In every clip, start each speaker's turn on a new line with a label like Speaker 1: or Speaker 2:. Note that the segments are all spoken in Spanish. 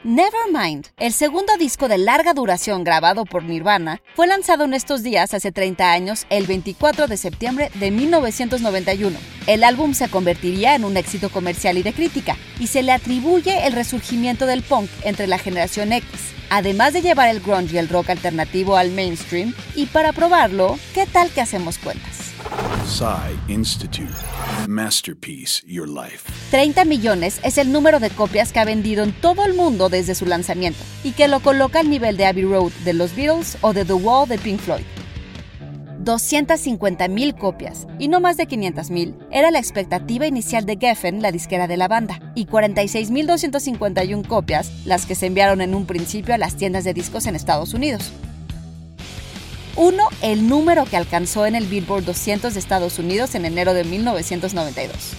Speaker 1: Nevermind, el segundo disco de larga duración grabado por Nirvana, fue lanzado en estos días hace 30 años, el 24 de septiembre de 1991. El álbum se convertiría en un éxito comercial y de crítica, y se le atribuye el resurgimiento del punk entre la generación X, además de llevar el grunge y el rock alternativo al mainstream. Y para probarlo, ¿qué tal que hacemos cuentas?
Speaker 2: Psy Institute. Masterpiece Your Life.
Speaker 1: 30 millones es el número de copias que ha vendido en todo el mundo desde su lanzamiento, y que lo coloca al nivel de Abbey Road de los Beatles o de The Wall de Pink Floyd. 250,000 copias, y no más de 500,000, era la expectativa inicial de Geffen, la disquera de la banda, y 46,251 copias las que se enviaron en un principio a las tiendas de discos en Estados Unidos. 1. El número que alcanzó en el Billboard 200 de Estados Unidos en enero de 1992.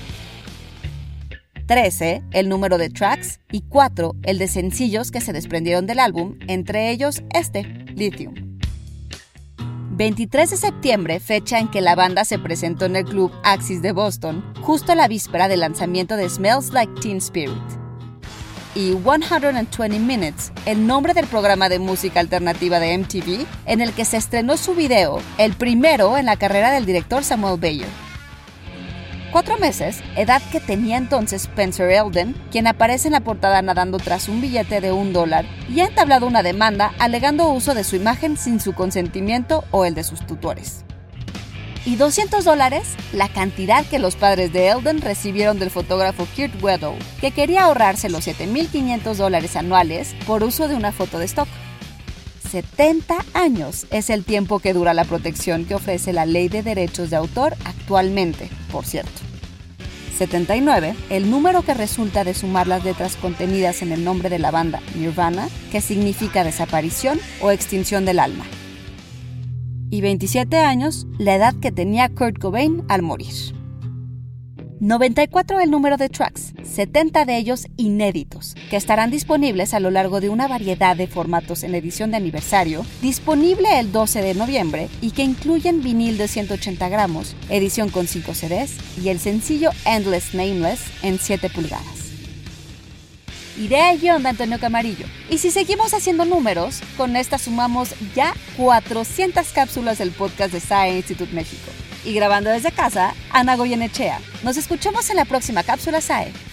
Speaker 1: 13. El número de tracks. Y 4. El de sencillos que se desprendieron del álbum, entre ellos Lithium. 23 de septiembre, fecha en que la banda se presentó en el club Axis de Boston, justo a la víspera del lanzamiento de Smells Like Teen Spirit. Y 120 Minutes, el nombre del programa de música alternativa de MTV, en el que se estrenó su video, el primero en la carrera del director Samuel Bayer. 4 meses, edad que tenía entonces Spencer Elden, quien aparece en la portada nadando tras un billete de $1 y ha entablado una demanda alegando uso de su imagen sin su consentimiento o el de sus tutores. Y $200, la cantidad que los padres de Elden recibieron del fotógrafo Kurt Weddle, que quería ahorrarse los $7,500 anuales por uso de una foto de stock. 70 años es el tiempo que dura la protección que ofrece la Ley de Derechos de Autor actualmente, por cierto. 79, el número que resulta de sumar las letras contenidas en el nombre de la banda Nirvana, que significa desaparición o extinción del alma. Y 27 años, la edad que tenía Kurt Cobain al morir. 94 el número de tracks, 70 de ellos inéditos, que estarán disponibles a lo largo de una variedad de formatos en edición de aniversario, disponible el 12 de noviembre y que incluyen vinil de 180 gramos, edición con 5 CDs y el sencillo Endless Nameless en 7 pulgadas. Idea y guión de Antonio Camarillo. Y si seguimos haciendo números, con esta sumamos ya 400 cápsulas del podcast de Psy Institute México. Y grabando desde casa, Ana Goyenechea. Nos escuchamos en la próxima cápsula SAE.